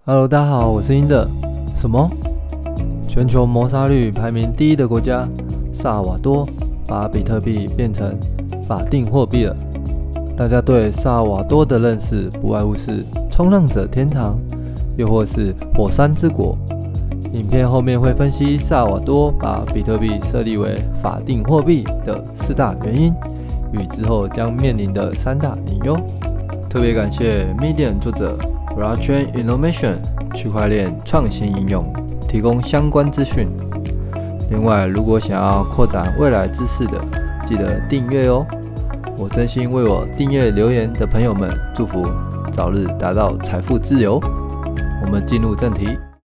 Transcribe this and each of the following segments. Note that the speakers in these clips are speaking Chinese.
Hello， 大家好，我是英的。什么？全球谋杀率排名第一的国家萨尔瓦多把比特币变成法定货币了。大家对萨尔瓦多的认识不外乎是冲浪者天堂，又或是火山之国。影片后面会分析萨尔瓦多把比特币设立为法定货币的4大原因，与之后将面临的3大隐忧。特别感谢 Medium 作者 Blockchain Innovation 区块链创新应用提供相关资讯。另外，如果想要扩展未来知识的，记得订阅哦。我真心为我订阅留言的朋友们祝福，早日达到财富自由。我们进入正题。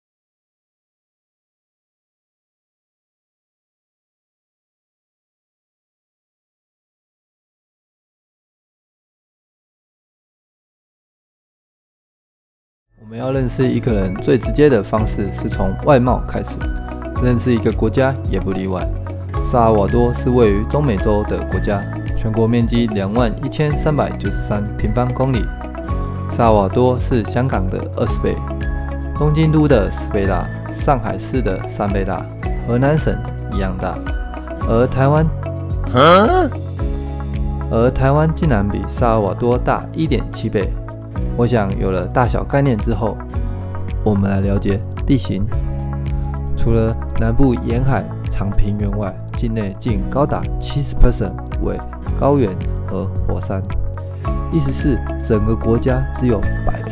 我们要认识一个人最直接的方式是从外貌开始，认识一个国家也不例外。萨尔瓦多是位于中美洲的国家，全国面积21393平方公里。萨尔瓦多是香港的20倍，东京都的10倍大，上海市的3倍大，河南省一样大。而台湾竟然比萨尔瓦多大1.7倍。我想有了大小概念之后，我们来了解地形。除了南部沿海长平原外，境内竟高达 70% 为高原和火山，意思是整个国家只有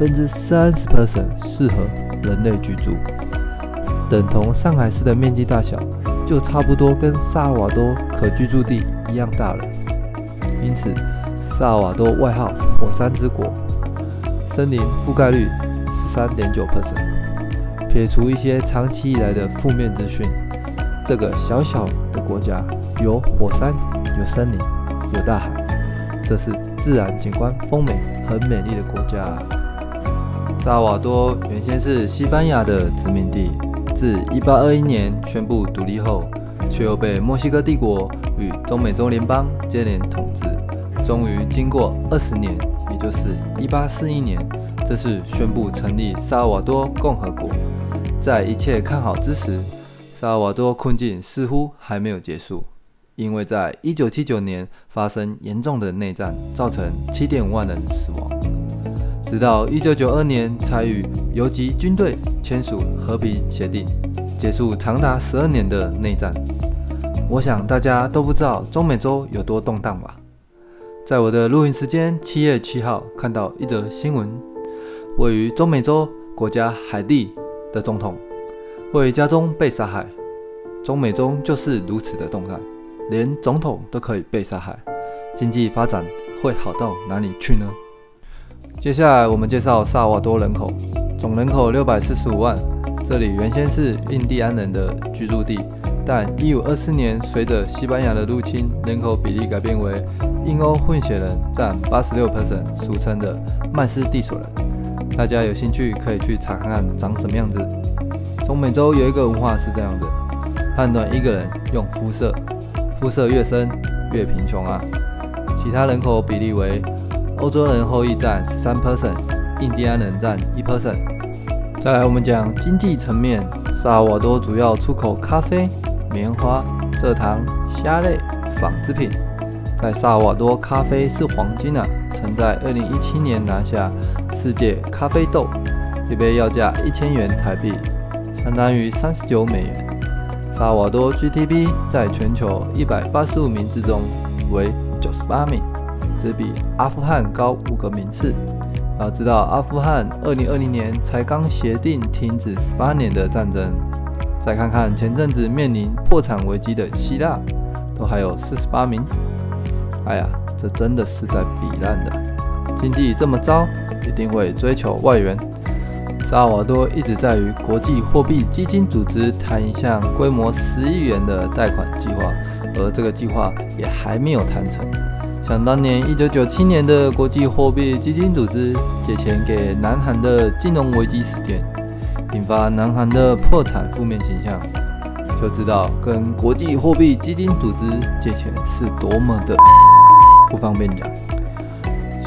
30% 适合人类居住，等同上海市的面积大小，就差不多跟萨尔瓦多可居住地一样大了。因此，萨尔瓦多外号火山之国。森林覆盖率 13.9%。撇除一些长期以来的负面资讯，这个小小的国家有火山、有森林、有大海，这是自然景观丰美、很美丽的国家。萨尔瓦多原先是西班牙的殖民地，自1821年宣布独立后，却又被墨西哥帝国与中美洲联邦接连统治，终于经过20年。也就是1841年，这次宣布成立萨尔瓦多共和国。在一切看好之时，萨尔瓦多困境似乎还没有结束，因为在1979年发生严重的内战，造成7.5万人死亡。直到1992年才与游击军队签署和平协定，结束长达12年的内战。我想大家都不知道中美洲有多动荡吧。在我的录音时间7月7号看到一则新闻，位于中美洲国家海地的总统位于家中被杀害。中美洲就是如此的动荡，连总统都可以被杀害，经济发展会好到哪里去呢？接下来我们介绍萨尔瓦多人口，总人口645万，这里原先是印第安人的居住地，但1524年随着西班牙的入侵，人口比例改变为印欧混血人占 86%， 俗称的麦斯蒂索人。大家有兴趣可以去查看看长什么样子。中美洲有一个文化是这样的，判断一个人用肤色，肤色越深越贫穷啊。其他人口比例为欧洲人后裔占 13%， 印第安人占 1%。 再来我们讲经济层面，萨尔瓦多主要出口咖啡、棉花、蔗糖、虾类、纺织品。在萨尔瓦多，咖啡是黄金啊，曾在2017年拿下世界咖啡豆，一杯要价1000元台币，相当于39美元。萨尔瓦多 GDP 在全球185名之中为98名，只比阿富汗高5个名次。要知道，阿富汗2020年才刚协定停止18年的战争。再看看前阵子面临破产危机的希腊，都还有48名。哎呀，这真的是在比烂的。经济这么糟，一定会追求外援。萨尔瓦多一直在与国际货币基金组织谈一项规模10亿元的贷款计划，而这个计划也还没有谈成。想当年1997年的国际货币基金组织借钱给南韩的金融危机事件，引发南韩的破产负面形象，就知道跟国际货币基金组织借钱是多么的不方便讲。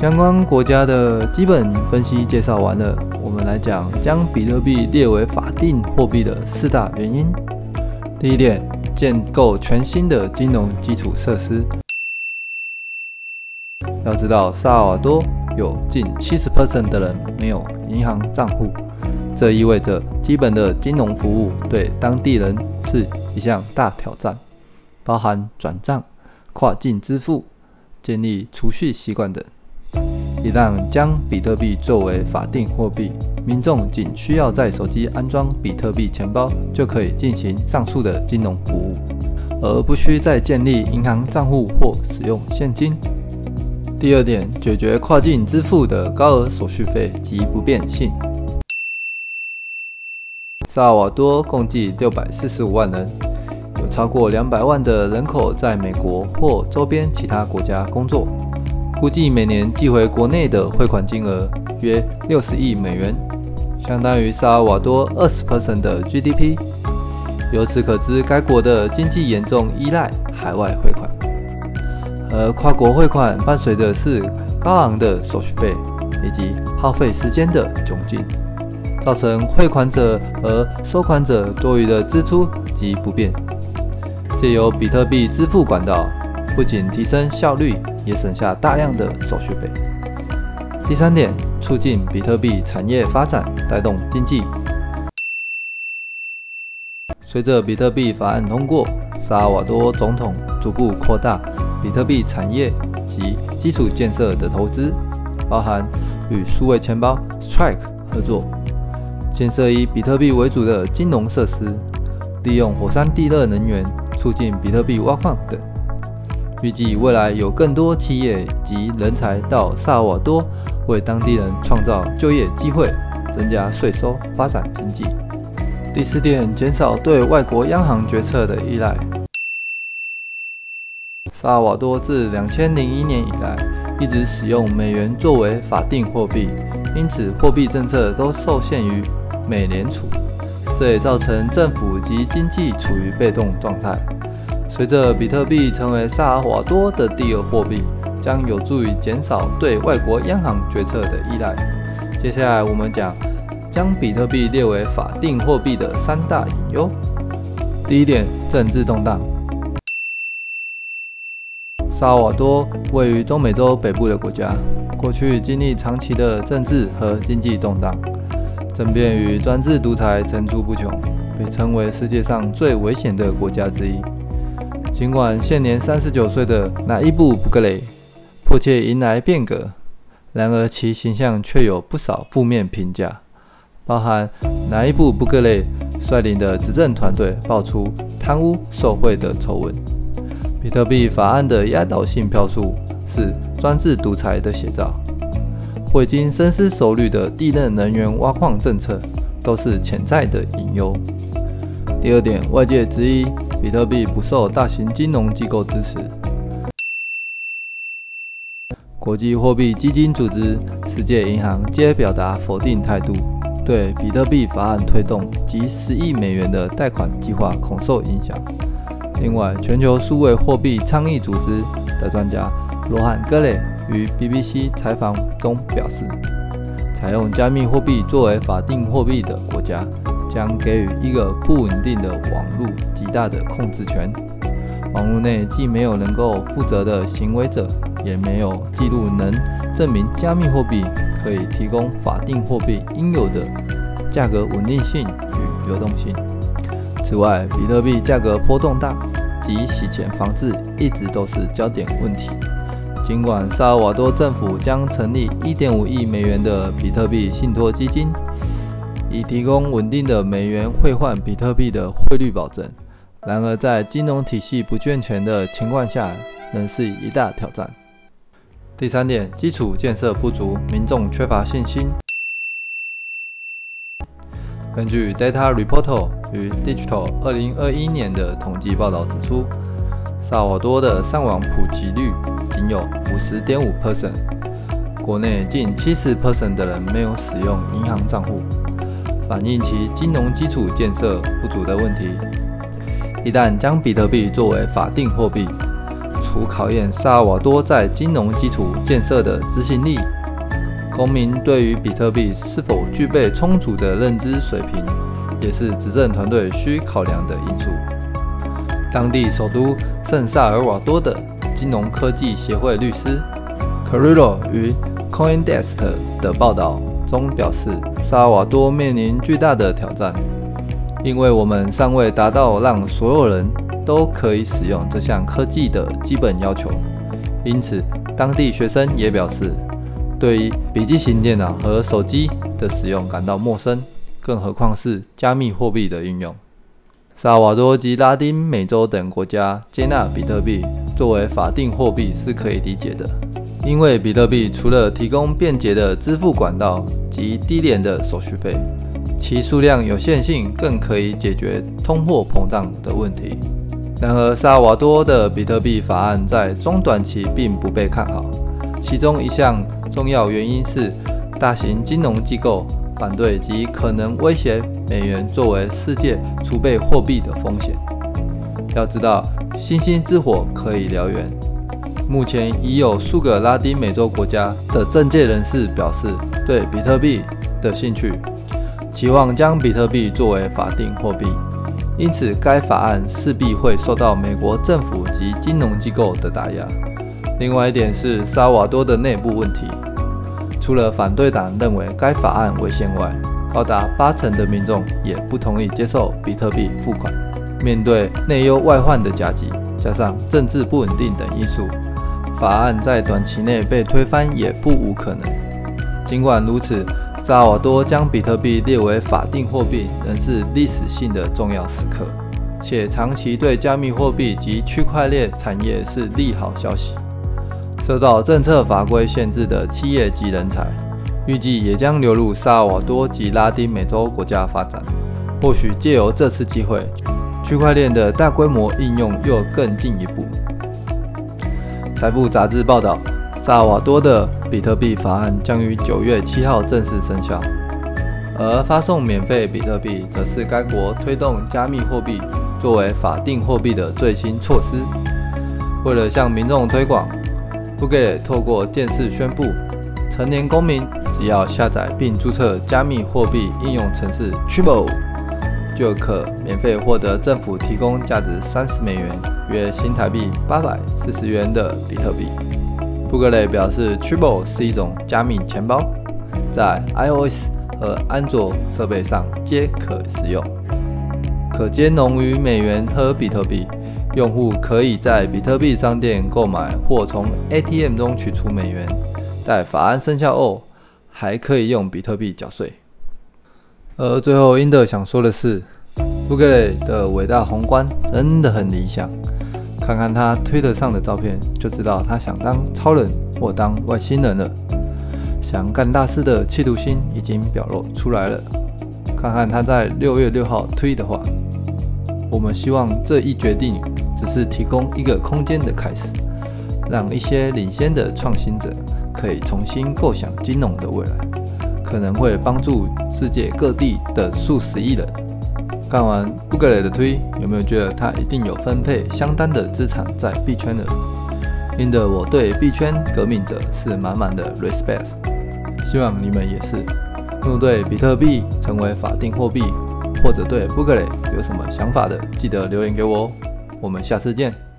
相关国家的基本分析介绍完了，我们来讲将比特币列为法定货币的4大原因。第一点，建构全新的金融基础设施。要知道，萨尔瓦多有近 70% 的人没有银行账户，这意味着基本的金融服务对当地人是一项大挑战，包含转账、跨境支付、建立储蓄习惯等。一旦将比特币作为法定货币，民众仅需要在手机安装比特币钱包，就可以进行上述的金融服务，而不需再建立银行账户或使用现金。第二点，解决跨境支付的高额手续费及不便性。萨尔瓦多共计645万人，有超过200万的人口在美国或周边其他国家工作，估计每年寄回国内的汇款金额约60亿美元，相当于萨尔瓦多 20% 的 GDP。由此可知，该国的经济严重依赖海外汇款，而跨国汇款伴随的是高昂的手续费以及耗费时间的窘境，造成汇款者和收款者多余的支出及不便。借由比特币支付管道，不仅提升效率，也省下大量的手续费。第三点，促进比特币产业发展，带动经济。随着比特币法案通过，萨尔瓦多总统逐步扩大比特币产业及基础建设的投资，包含与数位钱包 Strike 合作，建设以比特币为主的金融设施，利用火山地热能源促进比特币挖矿等。预计未来有更多企业及人才到萨尔瓦多，为当地人创造就业机会，增加税收，发展经济。第四点，减少对外国央行决策的依赖。萨尔瓦多自2001年以来一直使用美元作为法定货币，因此货币政策都受限于美联储，这也造成政府及经济处于被动状态。随着比特币成为萨尔瓦多的第二货币，将有助于减少对外国央行决策的依赖。接下来我们讲将比特币列为法定货币的3大隐忧。第一点，政治动荡。萨尔瓦多位于中美洲北部的国家，过去经历长期的政治和经济动荡，政变与专制独裁层出不穷，被称为世界上最危险的国家之一。尽管现年39岁的纳伊布·布格雷迫切迎来变革，然而其形象却有不少负面评价，包含纳伊布·布格雷率领的执政团队爆出贪污受贿的丑闻。比特币法案的压倒性票数是专制独裁的写照，未经深思熟虑的地热能源挖矿政策都是潜在的隐忧。第二点，外界质疑比特币不受大型金融机构支持。国际货币基金组织、世界银行皆表达否定态度，对比特币法案推动及10亿美元的贷款计划恐受影响。另外，全球数位货币倡议组织的专家罗汉·戈雷于 BBC 采访中表示，采用加密货币作为法定货币的国家将给予一个不稳定的网络极大的控制权。网络内既没有能够负责的行为者，也没有记录能证明加密货币可以提供法定货币应有的价格稳定性与流动性。此外，比特币价格波动大及洗钱防治一直都是焦点问题。尽管萨尔瓦多政府将成立 1.5 亿美元的比特币信托基金，以提供稳定的美元汇换比特币的汇率保证，然而在金融体系不健全的情况下，仍是一大挑战。第三点，基础建设不足，民众缺乏信心。根据 Data Reporter 与 Digital 2021年的统计报道指出，萨尔瓦多的上网普及率仅有 50.5%， 国内近 70% 的人没有使用银行账户，反映其金融基础建设不足的问题。一旦将比特币作为法定货币， 除考验萨尔瓦多在金融基础建设的执行力，公民对于比特币是否具备充足的认知水平，也是执政团队需考量的因素。当地首都圣萨尔瓦多的金融科技协会律师 Carrillo 于 CoinDesk 的报道中表示，萨尔瓦多面临巨大的挑战，因为我们尚未达到让所有人都可以使用这项科技的基本要求。因此，当地学生也表示，对于笔记型电脑和手机的使用感到陌生，更何况是加密货币的运用。萨尔瓦多及拉丁美洲等国家接纳比特币作为法定货币是可以理解的，因为比特币除了提供便捷的支付管道及低廉的手续费，其数量有限性更可以解决通货膨胀的问题。然而，萨尔瓦多的比特币法案在中短期并不被看好，其中一项重要原因是大型金融机构反对及可能威胁美元作为世界储备货币的风险。要知道，星星之火可以燎原。目前已有数个拉丁美洲国家的政界人士表示对比特币的兴趣，期望将比特币作为法定货币。因此，该法案势必会受到美国政府及金融机构的打压。另外一点是萨尔瓦多的内部问题。除了反对党认为该法案违宪外，高达80%的民众也不同意接受比特币付款。面对内忧外患的夹击，加上政治不稳定等因素，法案在短期内被推翻也不无可能。尽管如此，萨尔瓦多将比特币列为法定货币仍是历史性的重要时刻，且长期对加密货币及区块链产业是利好消息。受到政策法规限制的企业及人才，预计也将流入萨尔瓦多及拉丁美洲国家发展。或许借由这次机会，区块链的大规模应用又更进一步。财富杂志报道，萨尔瓦多的比特币法案将于9月7号正式生效，而发送免费比特币则是该国推动加密货币作为法定货币的最新措施。为了向民众推广，Bukele透过电视宣布，成年公民只要下载并注册加密货币应用程式 Chibo， 就可免费获得政府提供价值$30，约新台币840元的比特币。Bukele表示 ，Chibo 是一种加密钱包，在 iOS 和安卓设备上皆可使用，可兼容于美元和比特币。用户可以在比特币商店购买或从 ATM 中取出美元，待法案生效后，还可以用比特币缴税。而最后，英德想说的是，Bukele的伟大宏观真的很理想。看看他推特上的照片，就知道他想当超人或当外星人了。想干大事的企图心已经表露出来了。看看他在6月6号推的话，我们希望这一决定只是提供一个空间的开始，让一些领先的创新者可以重新构想金融的未来，可能会帮助世界各地的数十亿人。看完Bukele的推，有没有觉得他一定有分配相当的资产在币圈呢？因的我对币圈革命者是满满的 respect， 希望你们也是。若对比特币成为法定货币，或者对Bukele有什么想法的，记得留言给我哦。我们下次见。